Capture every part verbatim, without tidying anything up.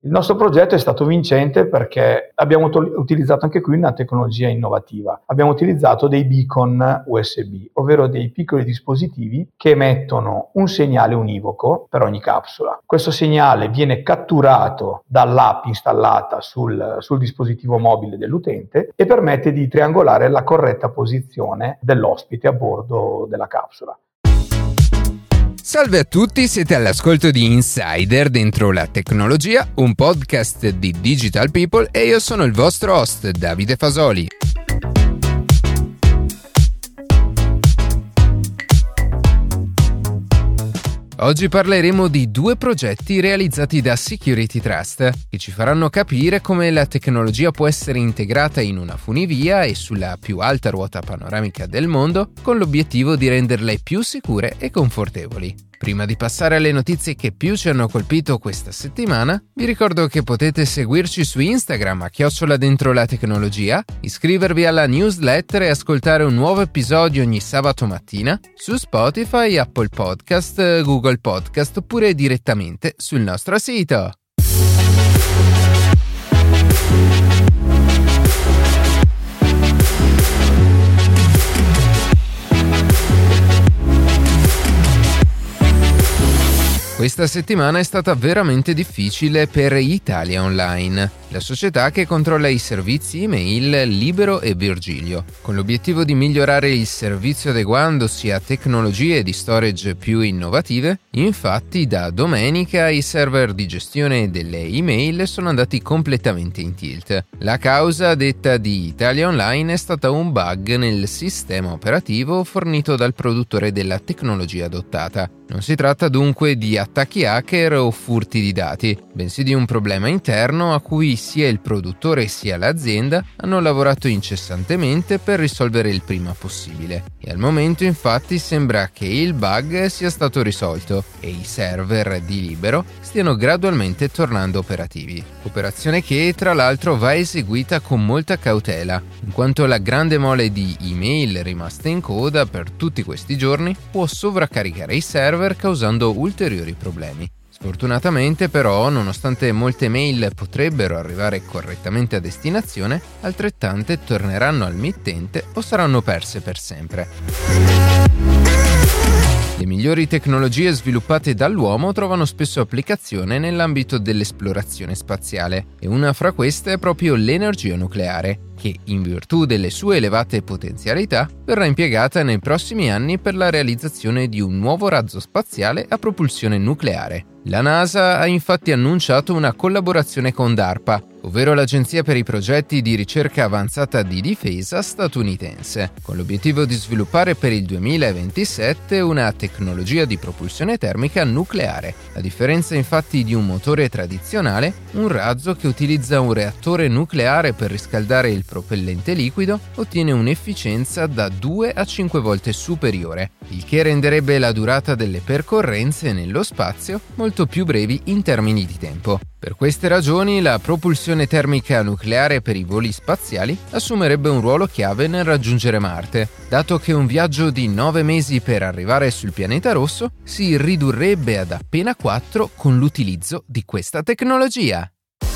Il nostro progetto è stato vincente perché abbiamo to- utilizzato anche qui una tecnologia innovativa. Abbiamo utilizzato dei beacon U S B, ovvero dei piccoli dispositivi che emettono un segnale univoco per ogni capsula. Questo segnale viene catturato dall'app installata sul, sul dispositivo mobile dell'utente e permette di triangolare la corretta posizione dell'ospite a bordo della capsula. Salve a tutti, siete all'ascolto di Insider dentro la tecnologia, un podcast di Digital People e io sono il vostro host Davide Fasoli. Oggi parleremo di due progetti realizzati da Security Trust che ci faranno capire come la tecnologia può essere integrata in una funivia e sulla più alta ruota panoramica del mondo con l'obiettivo di renderle più sicure e confortevoli. Prima di passare alle notizie che più ci hanno colpito questa settimana, vi ricordo che potete seguirci su Instagram a chiocciola dentro la tecnologia, iscrivervi alla newsletter e ascoltare un nuovo episodio ogni sabato mattina su Spotify, Apple Podcast, Google Podcast oppure direttamente sul nostro sito. Questa settimana è stata veramente difficile per Italia Online, la società che controlla i servizi email Libero e Virgilio. Con l'obiettivo di migliorare il servizio adeguandosi a tecnologie di storage più innovative, infatti da domenica i server di gestione delle email sono andati completamente in tilt. La causa, detta di Italia Online, è stata un bug nel sistema operativo fornito dal produttore della tecnologia adottata. Non si tratta dunque di attacchi hacker o furti di dati, bensì di un problema interno a cui sia il produttore sia l'azienda hanno lavorato incessantemente per risolvere il prima possibile. E al momento infatti sembra che il bug sia stato risolto e i server di Libero stiano gradualmente tornando operativi. Operazione che tra l'altro va eseguita con molta cautela, in quanto la grande mole di email rimaste in coda per tutti questi giorni può sovraccaricare i server causando ulteriori problemi. Sfortunatamente però, nonostante molte mail potrebbero arrivare correttamente a destinazione, altrettante torneranno al mittente o saranno perse per sempre. Le migliori tecnologie sviluppate dall'uomo trovano spesso applicazione nell'ambito dell'esplorazione spaziale e una fra queste è proprio l'energia nucleare, che, in virtù delle sue elevate potenzialità, verrà impiegata nei prossimi anni per la realizzazione di un nuovo razzo spaziale a propulsione nucleare. La NASA ha infatti annunciato una collaborazione con DARPA, ovvero l'Agenzia per i progetti di ricerca avanzata di difesa statunitense, con l'obiettivo di sviluppare per il duemilaventisette una tecnologia di propulsione termica nucleare. A differenza infatti di un motore tradizionale, un razzo che utilizza un reattore nucleare per riscaldare il propellente liquido ottiene un'efficienza da due a cinque volte superiore, il che renderebbe la durata delle percorrenze nello spazio molto più brevi in termini di tempo. Per queste ragioni, la propulsione termica nucleare per i voli spaziali assumerebbe un ruolo chiave nel raggiungere Marte, dato che un viaggio di nove mesi per arrivare sul pianeta rosso si ridurrebbe ad appena quattro con l'utilizzo di questa tecnologia.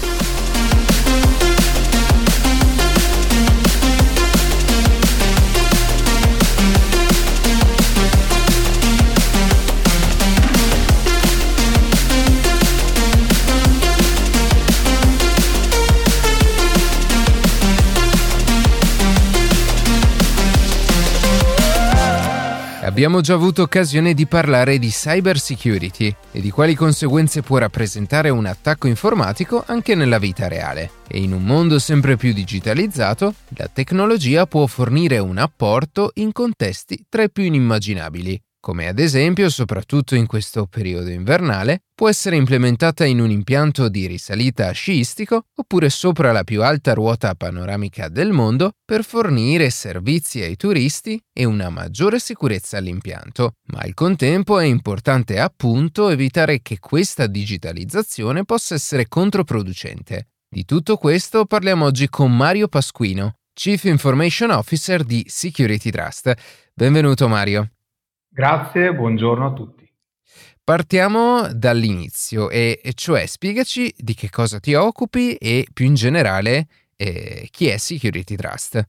Abbiamo già avuto occasione di parlare di cyber security e di quali conseguenze può rappresentare un attacco informatico anche nella vita reale. E in un mondo sempre più digitalizzato, la tecnologia può fornire un apporto in contesti tra i più inimmaginabili, come ad esempio, soprattutto in questo periodo invernale, può essere implementata in un impianto di risalita sciistico oppure sopra la più alta ruota panoramica del mondo per fornire servizi ai turisti e una maggiore sicurezza all'impianto. Ma al contempo è importante appunto evitare che questa digitalizzazione possa essere controproducente. Di tutto questo parliamo oggi con Mario Pasquino, Chief Information Officer di Security Trust. Benvenuto Mario. Grazie, buongiorno a tutti. Partiamo dall'inizio, e, e cioè spiegaci di che cosa ti occupi e più in generale eh, chi è Security Trust.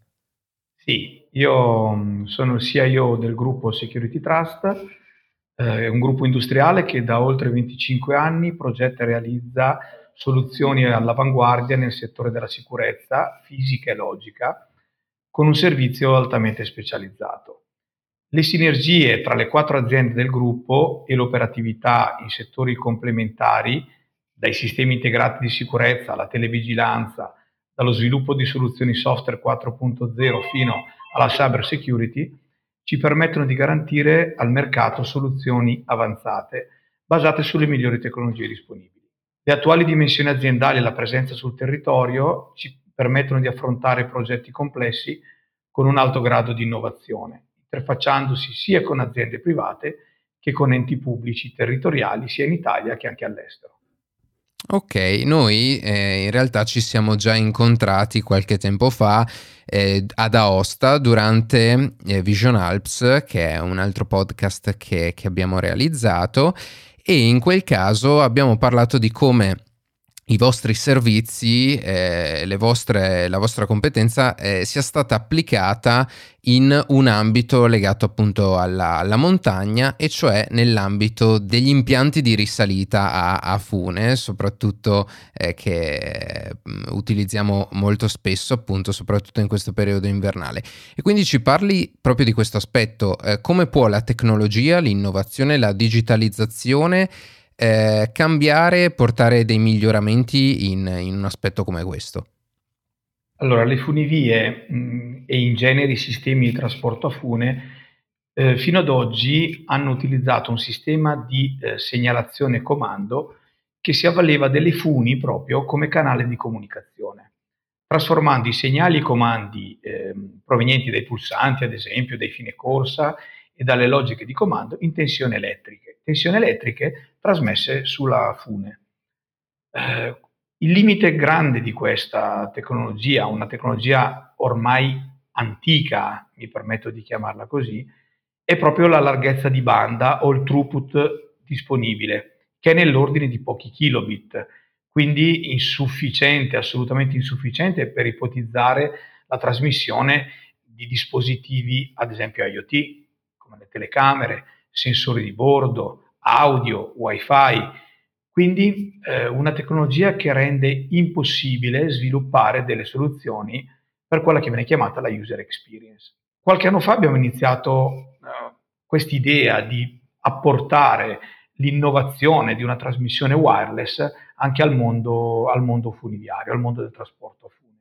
Sì, io sono il C I O del gruppo Security Trust, eh, un gruppo industriale che da oltre venticinque anni progetta e realizza soluzioni all'avanguardia nel settore della sicurezza fisica e logica, con un servizio altamente specializzato. Le sinergie tra le quattro aziende del gruppo e l'operatività in settori complementari, dai sistemi integrati di sicurezza alla televigilanza, dallo sviluppo di soluzioni software quattro punto zero fino alla cyber security, ci permettono di garantire al mercato soluzioni avanzate basate sulle migliori tecnologie disponibili. Le attuali dimensioni aziendali e la presenza sul territorio ci permettono di affrontare progetti complessi con un alto grado di innovazione, interfacciandosi sia con aziende private che con enti pubblici territoriali sia in Italia che anche all'estero. Ok, noi eh, in realtà ci siamo già incontrati qualche tempo fa eh, ad Aosta durante eh, Vision Alps, che è un altro podcast che, che abbiamo realizzato, e in quel caso abbiamo parlato di come i vostri servizi, eh, le vostre, la vostra competenza eh, sia stata applicata in un ambito legato appunto alla, alla montagna, e cioè nell'ambito degli impianti di risalita a, a fune, soprattutto eh, che mh, utilizziamo molto spesso, appunto soprattutto in questo periodo invernale. E quindi ci parli proprio di questo aspetto, eh, come può la tecnologia, l'innovazione, la digitalizzazione Eh, cambiare, portare dei miglioramenti in, in un aspetto come questo? Allora, le funivie mh, e in genere i sistemi di trasporto a fune eh, fino ad oggi hanno utilizzato un sistema di eh, segnalazione e comando che si avvaleva delle funi proprio come canale di comunicazione, trasformando i segnali e i comandi eh, provenienti dai pulsanti, ad esempio, dai fine corsa e dalle logiche di comando in tensioni elettriche, tensioni elettriche trasmesse sulla fune. Eh, il limite grande di questa tecnologia, una tecnologia ormai antica, mi permetto di chiamarla così, è proprio la larghezza di banda o il throughput disponibile, che è nell'ordine di pochi kilobit, quindi insufficiente, assolutamente insufficiente per ipotizzare la trasmissione di dispositivi, ad esempio IoT, come le telecamere, sensori di bordo, audio, wifi. Quindi eh, una tecnologia che rende impossibile sviluppare delle soluzioni per quella che viene chiamata la user experience. Qualche anno fa abbiamo iniziato eh, quest'idea di apportare l'innovazione di una trasmissione wireless anche al mondo, al mondo funiviario, al mondo del trasporto a fune.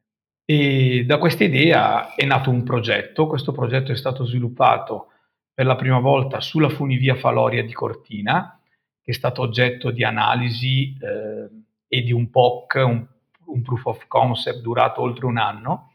E da questa idea è nato un progetto. Questo progetto è stato sviluppato per la prima volta sulla funivia Faloria di Cortina, che è stato oggetto di analisi eh, e di un P O C, un, un Proof of Concept durato oltre un anno,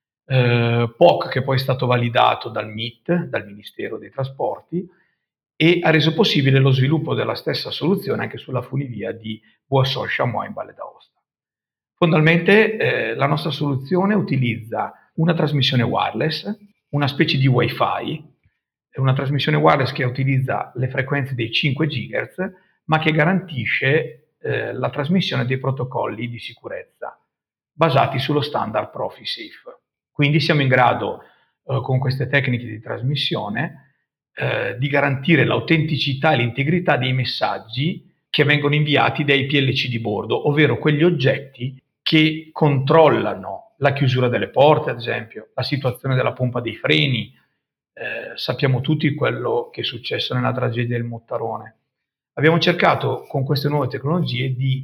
eh, P O C che poi è stato validato dal M I T, dal Ministero dei Trasporti, e ha reso possibile lo sviluppo della stessa soluzione anche sulla funivia di Boissons-Chamois in Valle d'Aosta. Fondamentalmente eh, la nostra soluzione utilizza una trasmissione wireless, una specie di Wi-Fi, è una trasmissione wireless che utilizza le frequenze dei cinque gigahertz, ma che garantisce eh, la trasmissione dei protocolli di sicurezza basati sullo standard ProfiSafe. Quindi siamo in grado, eh, con queste tecniche di trasmissione, eh, di garantire l'autenticità e l'integrità dei messaggi che vengono inviati dai P L C di bordo, ovvero quegli oggetti che controllano la chiusura delle porte, ad esempio, la situazione della pompa dei freni. Eh, sappiamo tutti quello che è successo nella tragedia del Mottarone. Abbiamo cercato con queste nuove tecnologie di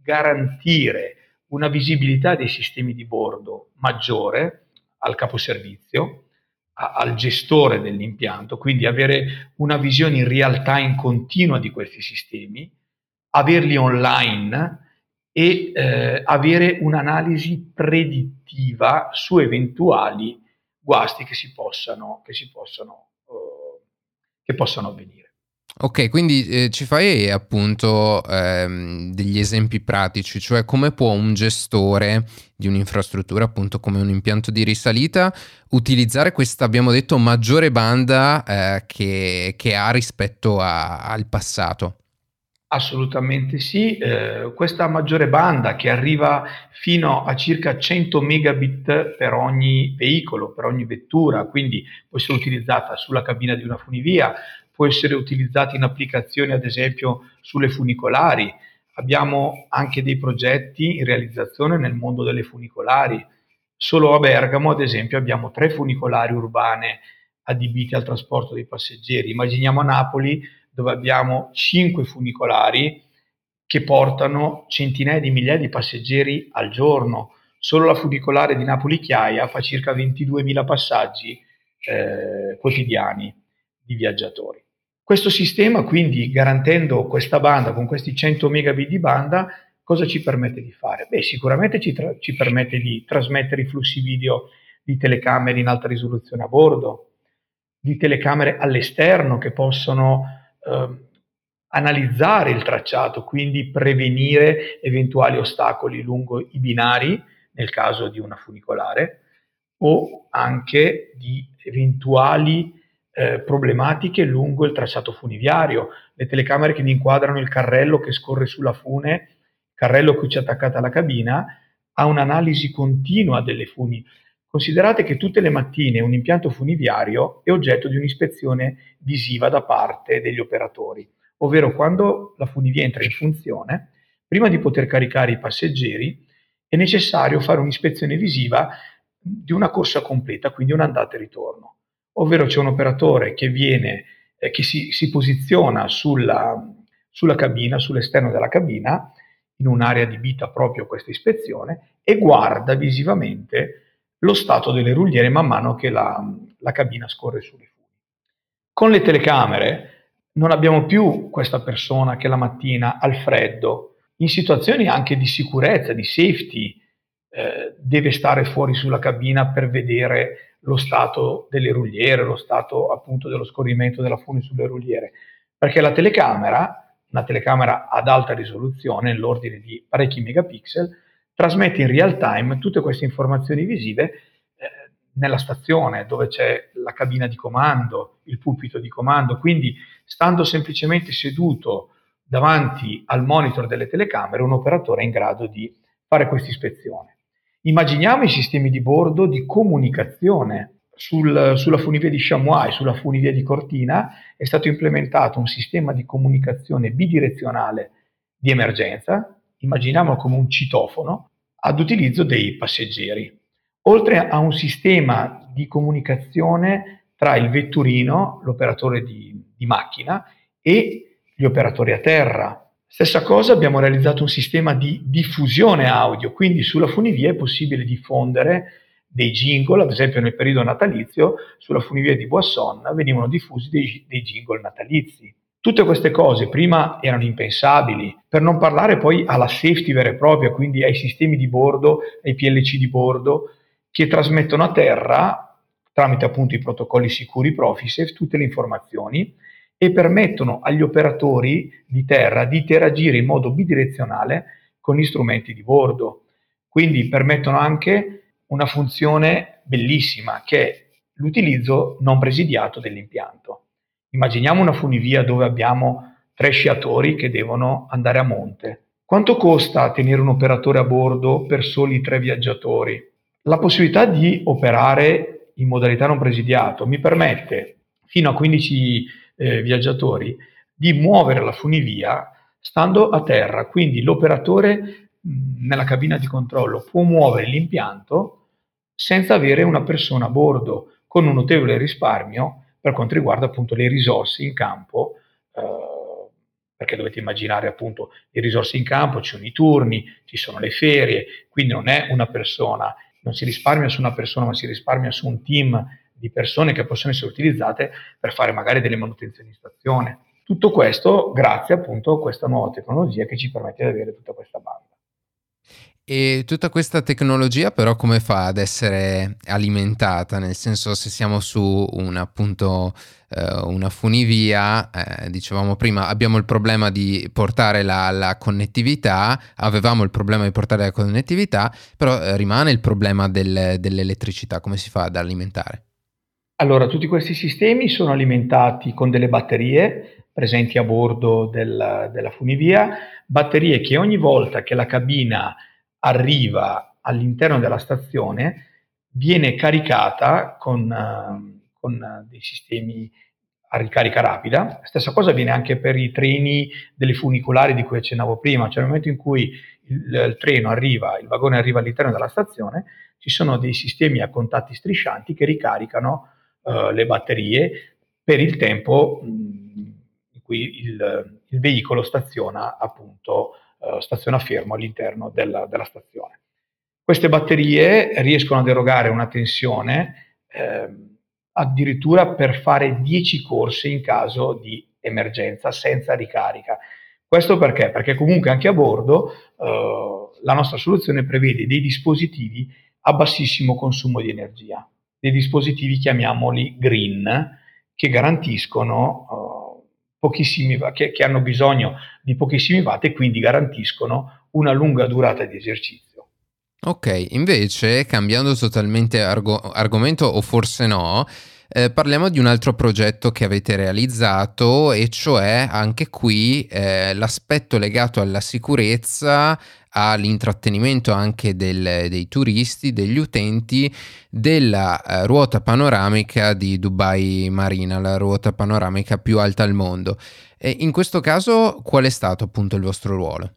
garantire una visibilità dei sistemi di bordo maggiore al caposervizio, a, al gestore dell'impianto, quindi avere una visione in real time continua di questi sistemi, averli online e eh, avere un'analisi predittiva su eventuali guasti che si possano, che si possano, uh, che possano avvenire. Ok, quindi eh, ci fai appunto ehm, degli esempi pratici, cioè come può un gestore di un'infrastruttura, appunto come un impianto di risalita, utilizzare questa, abbiamo detto, maggiore banda eh, che, che ha rispetto a, al passato? Assolutamente sì, eh, questa maggiore banda che arriva fino a circa cento megabit per ogni veicolo, per ogni vettura, quindi può essere utilizzata sulla cabina di una funivia, può essere utilizzata in applicazioni ad esempio sulle funicolari. Abbiamo anche dei progetti in realizzazione nel mondo delle funicolari. Solo a Bergamo, ad esempio, abbiamo tre funicolari urbane adibiti al trasporto dei passeggeri. Immaginiamo a Napoli, dove abbiamo cinque funicolari che portano centinaia di migliaia di passeggeri al giorno. Solo la funicolare di Napoli-Chiaia fa circa ventiduemila passaggi eh, quotidiani di viaggiatori. Questo sistema, quindi, garantendo questa banda con questi cento megabit di banda, cosa ci permette di fare? Beh, sicuramente ci, tra- ci permette di trasmettere i flussi video di telecamere in alta risoluzione a bordo, di telecamere all'esterno che possono eh, analizzare il tracciato, quindi prevenire eventuali ostacoli lungo i binari nel caso di una funicolare o anche di eventuali eh, problematiche lungo il tracciato funiviario. Le telecamere che mi inquadrano il carrello che scorre sulla fune, il carrello a cui c'è attaccata la cabina, ha un'analisi continua delle funi. Considerate che tutte le mattine un impianto funiviario è oggetto di un'ispezione visiva da parte degli operatori, ovvero quando la funivia entra in funzione, prima di poter caricare i passeggeri è necessario fare un'ispezione visiva di una corsa completa, quindi un'andata e ritorno, ovvero c'è un operatore che viene, eh, che si, si posiziona sulla, sulla cabina, sull'esterno della cabina, in un'area adibita proprio a questa ispezione e guarda visivamente lo stato delle rulliere man mano che la, la cabina scorre sulle funi. Con le telecamere non abbiamo più questa persona che la mattina al freddo, in situazioni anche di sicurezza, di safety, eh, deve stare fuori sulla cabina per vedere lo stato delle rulliere, lo stato appunto dello scorrimento della fune sulle rulliere, perché la telecamera, una telecamera ad alta risoluzione, nell'ordine di parecchi megapixel, trasmette in real time tutte queste informazioni visive eh, nella stazione dove c'è la cabina di comando, il pulpito di comando, quindi stando semplicemente seduto davanti al monitor delle telecamere un operatore è in grado di fare questa ispezione. Immaginiamo i sistemi di bordo di comunicazione. Sul, sulla funivia di Chamois e sulla funivia di Cortina è stato implementato un sistema di comunicazione bidirezionale di emergenza, immaginiamolo come un citofono, ad utilizzo dei passeggeri, oltre a un sistema di comunicazione tra il vetturino, l'operatore di, di macchina, e gli operatori a terra. Stessa cosa, abbiamo realizzato un sistema di diffusione audio, quindi sulla funivia è possibile diffondere dei jingle, ad esempio nel periodo natalizio, sulla funivia di Boissonne venivano diffusi dei, dei jingle natalizi. Tutte queste cose prima erano impensabili, per non parlare poi alla safety vera e propria, quindi ai sistemi di bordo, ai P L C di bordo, che trasmettono a terra, tramite appunto i protocolli sicuri Profisafe, tutte le informazioni e permettono agli operatori di terra di interagire in modo bidirezionale con gli strumenti di bordo. Quindi permettono anche una funzione bellissima, che è l'utilizzo non presidiato dell'impianto. Immaginiamo una funivia dove abbiamo tre sciatori che devono andare a monte. Quanto costa tenere un operatore a bordo per soli tre viaggiatori? La possibilità di operare in modalità non presidiato mi permette, fino a quindici eh, viaggiatori, di muovere la funivia stando a terra, quindi l'operatore mh, nella cabina di controllo può muovere l'impianto senza avere una persona a bordo, con un notevole risparmio per quanto riguarda appunto le risorse in campo, eh, perché dovete immaginare appunto le risorse in campo, ci sono i turni, ci sono le ferie, quindi non è una persona, non si risparmia su una persona, ma si risparmia su un team di persone che possono essere utilizzate per fare magari delle manutenzioni in stazione. Tutto questo grazie appunto a questa nuova tecnologia che ci permette di avere tutta questa banda. E tutta questa tecnologia però come fa ad essere alimentata? Nel senso, se siamo su un appunto eh, una funivia, eh, dicevamo prima, abbiamo il problema di portare la, la connettività, avevamo il problema di portare la connettività, però eh, rimane il problema del, dell'elettricità. Come si fa ad alimentare? Allora, tutti questi sistemi sono alimentati con delle batterie presenti a bordo del, della funivia, batterie che ogni volta che la cabina arriva all'interno della stazione viene caricata con, uh, con dei sistemi a ricarica rapida. Stessa cosa avviene anche per i treni delle funicolari di cui accennavo prima, cioè nel momento in cui il, il treno arriva, il vagone arriva all'interno della stazione, ci sono dei sistemi a contatti striscianti che ricaricano uh, le batterie per il tempo mh, in cui il, il veicolo staziona appunto uh, staziona fermo all'interno della, della stazione. Queste batterie riescono ad erogare una tensione eh, addirittura per fare dieci corse in caso di emergenza senza ricarica. Questo perché? Perché comunque anche a bordo eh, la nostra soluzione prevede dei dispositivi a bassissimo consumo di energia, dei dispositivi chiamiamoli green, che garantiscono eh, pochissimi, che, che hanno bisogno di pochissimi watt e quindi garantiscono una lunga durata di esercizio. Ok, invece, cambiando totalmente argo- argomento, o forse no, eh, parliamo di un altro progetto che avete realizzato, e cioè anche qui eh, l'aspetto legato alla sicurezza, all'intrattenimento anche del, dei turisti, degli utenti, della eh, ruota panoramica di Dubai Marina, la ruota panoramica più alta al mondo. E in questo caso, qual è stato appunto il vostro ruolo?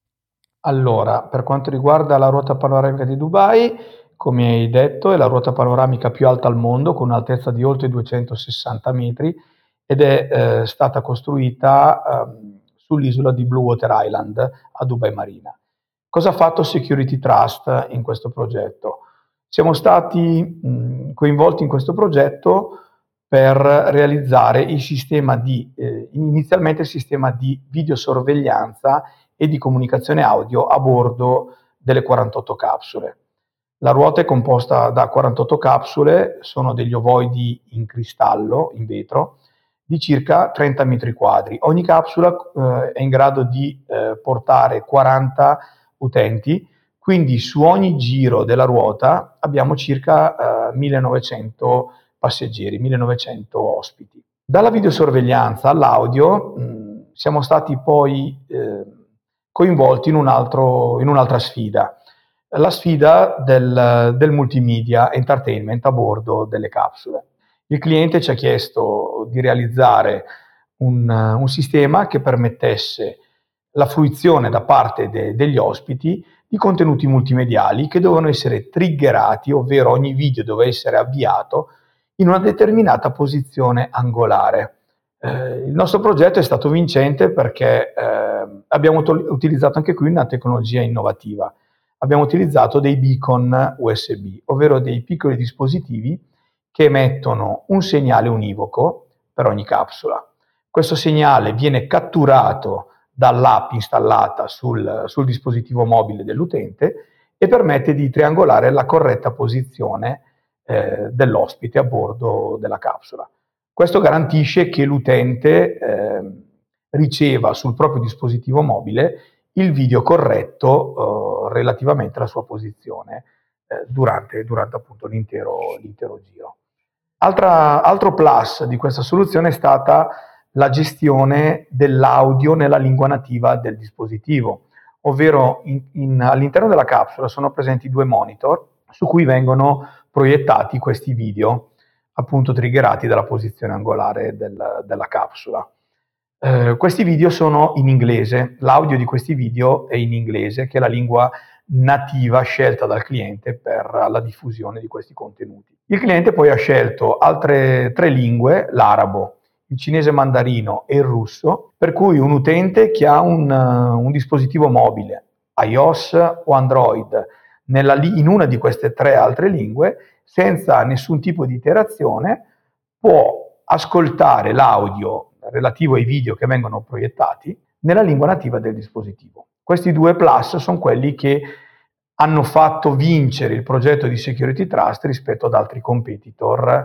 Allora, per quanto riguarda la ruota panoramica di Dubai, come hai detto, è la ruota panoramica più alta al mondo, con un'altezza di oltre duecentosessanta metri, ed è eh, stata costruita ehm, sull'isola di Blue Water Island a Dubai Marina. Cosa ha fatto Security Trust in questo progetto? Siamo stati mh, coinvolti in questo progetto per realizzare il sistema di, eh, inizialmente il sistema di videosorveglianza e di comunicazione audio a bordo delle quarantotto capsule. La ruota è composta da quarantotto capsule, sono degli ovoidi in cristallo, in vetro, di circa trenta metri quadri. Ogni capsula eh, è in grado di eh, portare quaranta utenti, quindi su ogni giro della ruota abbiamo circa eh, millenovecento passeggeri, millenovecento ospiti. Dalla videosorveglianza all'audio mh, siamo stati poi eh, coinvolti in, un altro, in un'altra sfida, la sfida del, del multimedia entertainment a bordo delle capsule. Il cliente ci ha chiesto di realizzare un, un sistema che permettesse la fruizione da parte de, degli ospiti di contenuti multimediali che dovevano essere triggerati, ovvero ogni video doveva essere avviato in una determinata posizione angolare. Eh, il nostro progetto è stato vincente perché eh, abbiamo to- utilizzato anche qui una tecnologia innovativa. Abbiamo utilizzato dei beacon U S B, ovvero dei piccoli dispositivi che emettono un segnale univoco per ogni capsula. Questo segnale viene catturato dall'app installata sul, sul dispositivo mobile dell'utente e permette di triangolare la corretta posizione eh, dell'ospite a bordo della capsula. Questo garantisce che l'utente eh, riceva sul proprio dispositivo mobile il video corretto eh, relativamente alla sua posizione eh, durante, durante appunto l'intero, l'intero giro. Altra, altro plus di questa soluzione è stata la gestione dell'audio nella lingua nativa del dispositivo, ovvero in, in, all'interno della capsula sono presenti due monitor su cui vengono proiettati questi video, appunto triggerati dalla posizione angolare del, della capsula. Eh, questi video sono in inglese, l'audio di questi video è in inglese, che è la lingua nativa scelta dal cliente per la diffusione di questi contenuti. Il cliente poi ha scelto altre tre lingue, l'arabo, il cinese mandarino e il russo, per cui un utente che ha un, uh, un dispositivo mobile, iOS o Android, nella, in una di queste tre altre lingue, senza nessun tipo di interazione, può ascoltare l'audio relativo ai video che vengono proiettati nella lingua nativa del dispositivo. Questi due plus sono quelli che hanno fatto vincere il progetto di Security Trust rispetto ad altri competitor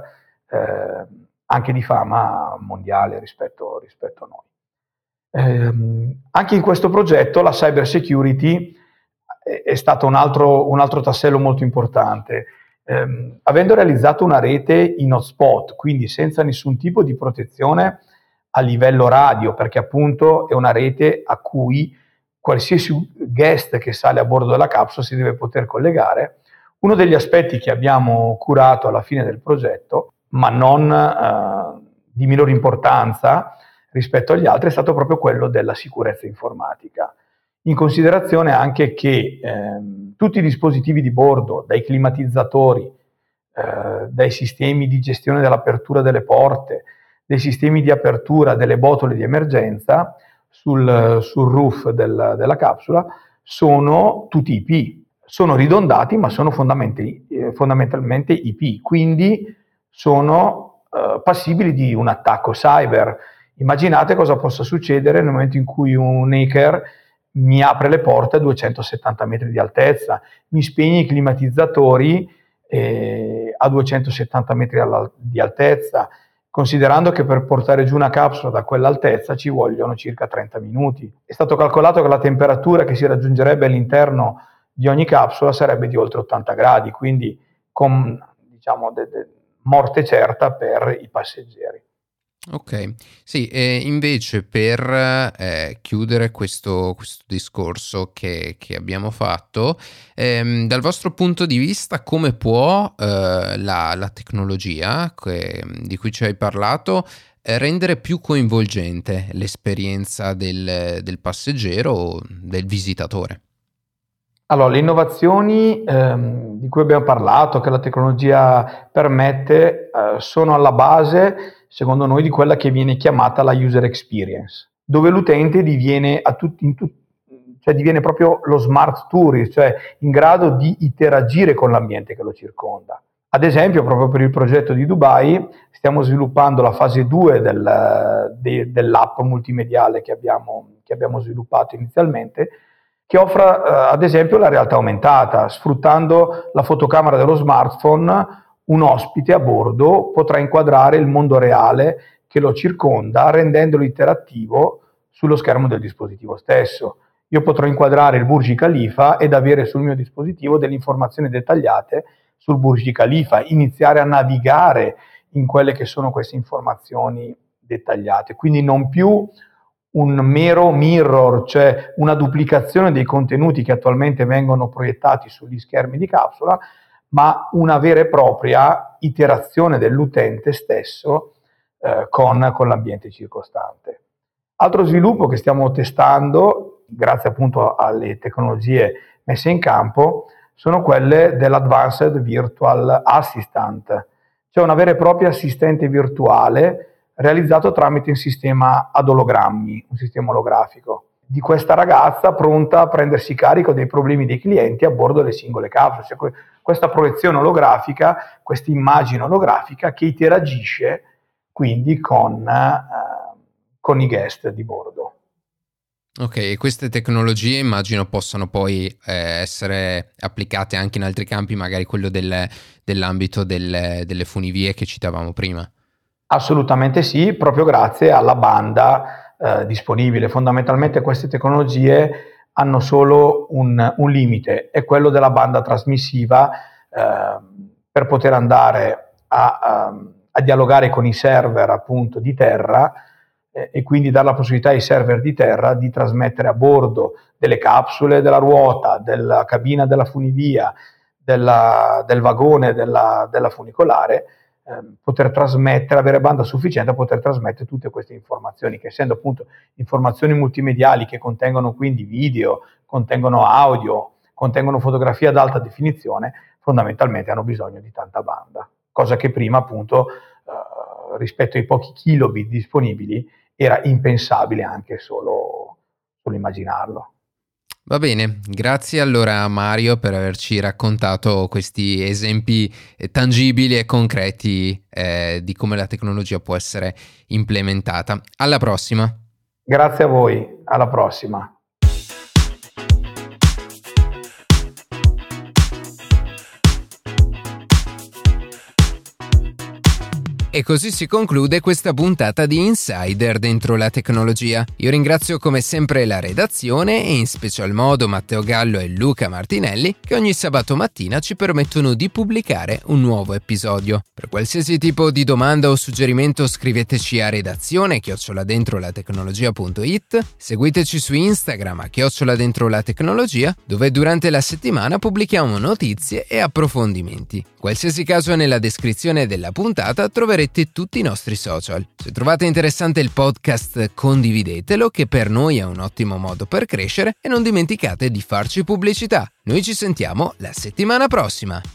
eh, anche di fama mondiale rispetto, rispetto a noi. Eh, anche in questo progetto la cyber security è, è stato un altro, un altro tassello molto importante. Eh, avendo realizzato una rete in hotspot, quindi senza nessun tipo di protezione a livello radio, perché appunto è una rete a cui qualsiasi guest che sale a bordo della capsula si deve poter collegare. Uno degli aspetti che abbiamo curato alla fine del progetto, ma non eh, di minore importanza rispetto agli altri, è stato proprio quello della sicurezza informatica. In considerazione anche che eh, tutti i dispositivi di bordo, dai climatizzatori, eh, dai sistemi di gestione dell'apertura delle porte, dei sistemi di apertura delle botole di emergenza sul, sul roof del, della capsula, sono tutti I P. Sono ridondati, ma sono eh, fondamentalmente I P, quindi sono eh, passibili di un attacco cyber. Immaginate cosa possa succedere nel momento in cui un hacker mi apre le porte a duecentosettanta metri di altezza, mi spegne i climatizzatori eh, a duecentosettanta metri alla, di altezza, considerando che per portare giù una capsula da quell'altezza ci vogliono circa trenta minuti. È stato calcolato che la temperatura che si raggiungerebbe all'interno di ogni capsula sarebbe di oltre ottanta gradi, quindi con, diciamo, de- de- morte certa per i passeggeri. Ok, sì, e invece per eh, chiudere questo, questo discorso che, che abbiamo fatto, ehm, dal vostro punto di vista come può eh, la, la tecnologia che, di cui ci hai parlato eh, rendere più coinvolgente l'esperienza del, del passeggero o del visitatore? Allora, le innovazioni ehm, di cui abbiamo parlato, che la tecnologia permette, eh, sono alla base, secondo noi, di quella che viene chiamata la user experience, dove l'utente diviene, a tutti, in tu, cioè diviene proprio lo smart tourist, cioè in grado di interagire con l'ambiente che lo circonda. Ad esempio, proprio per il progetto di Dubai, stiamo sviluppando la fase due del, de, dell'app multimediale che abbiamo, che abbiamo sviluppato inizialmente, che offra eh, ad esempio la realtà aumentata. Sfruttando la fotocamera dello smartphone, un ospite a bordo potrà inquadrare il mondo reale che lo circonda, rendendolo interattivo sullo schermo del dispositivo stesso. Io potrò inquadrare il Burj Khalifa ed avere sul mio dispositivo delle informazioni dettagliate sul Burj Khalifa, iniziare a navigare in quelle che sono queste informazioni dettagliate. Quindi non più un mero mirror, cioè una duplicazione dei contenuti che attualmente vengono proiettati sugli schermi di capsula, ma una vera e propria iterazione dell'utente stesso eh, con, con l'ambiente circostante. Altro sviluppo che stiamo testando, grazie appunto alle tecnologie messe in campo, sono quelle dell'Advanced Virtual Assistant, cioè una vera e propria assistente virtuale realizzato tramite un sistema ad ologrammi, un sistema olografico, di questa ragazza pronta a prendersi carico dei problemi dei clienti a bordo delle singole capsule. Cioè, questa proiezione olografica, questa immagine olografica che interagisce quindi con, eh, con i guest di bordo. Ok, e queste tecnologie immagino possano poi eh, essere applicate anche in altri campi, magari quello del, dell'ambito del, delle funivie che citavamo prima. Assolutamente sì, proprio grazie alla banda eh, disponibile. Fondamentalmente queste tecnologie hanno solo un, un limite, è quello della banda trasmissiva eh, per poter andare a, a, a dialogare con i server appunto di terra eh, e quindi dare la possibilità ai server di terra di trasmettere a bordo delle capsule della ruota, della cabina della funivia, della, del vagone della, della funicolare, Eh, poter trasmettere, avere banda sufficiente a poter trasmettere tutte queste informazioni, che essendo appunto informazioni multimediali che contengono quindi video, contengono audio, contengono fotografia ad alta definizione, fondamentalmente hanno bisogno di tanta banda, cosa che prima appunto eh, rispetto ai pochi kilobit disponibili era impensabile anche solo, solo immaginarlo. Va bene, grazie allora Mario per averci raccontato questi esempi tangibili e concreti eh, di come la tecnologia può essere implementata. Alla prossima. Grazie a voi, alla prossima. E così si conclude questa puntata di Insider dentro la tecnologia. Io ringrazio come sempre la redazione e in special modo Matteo Gallo e Luca Martinelli che ogni sabato mattina ci permettono di pubblicare un nuovo episodio. Per qualsiasi tipo di domanda o suggerimento scriveteci a redazione chiocciola dentro la tecnologia punto it, seguiteci su Instagram a chiocciola dentro la tecnologia, dove durante la settimana pubblichiamo notizie e approfondimenti. Qualsiasi caso è nella descrizione della puntata troverete tutti i nostri social. Se trovate interessante il podcast, condividetelo, che per noi è un ottimo modo per crescere, e non dimenticate di farci pubblicità. Noi ci sentiamo la settimana prossima.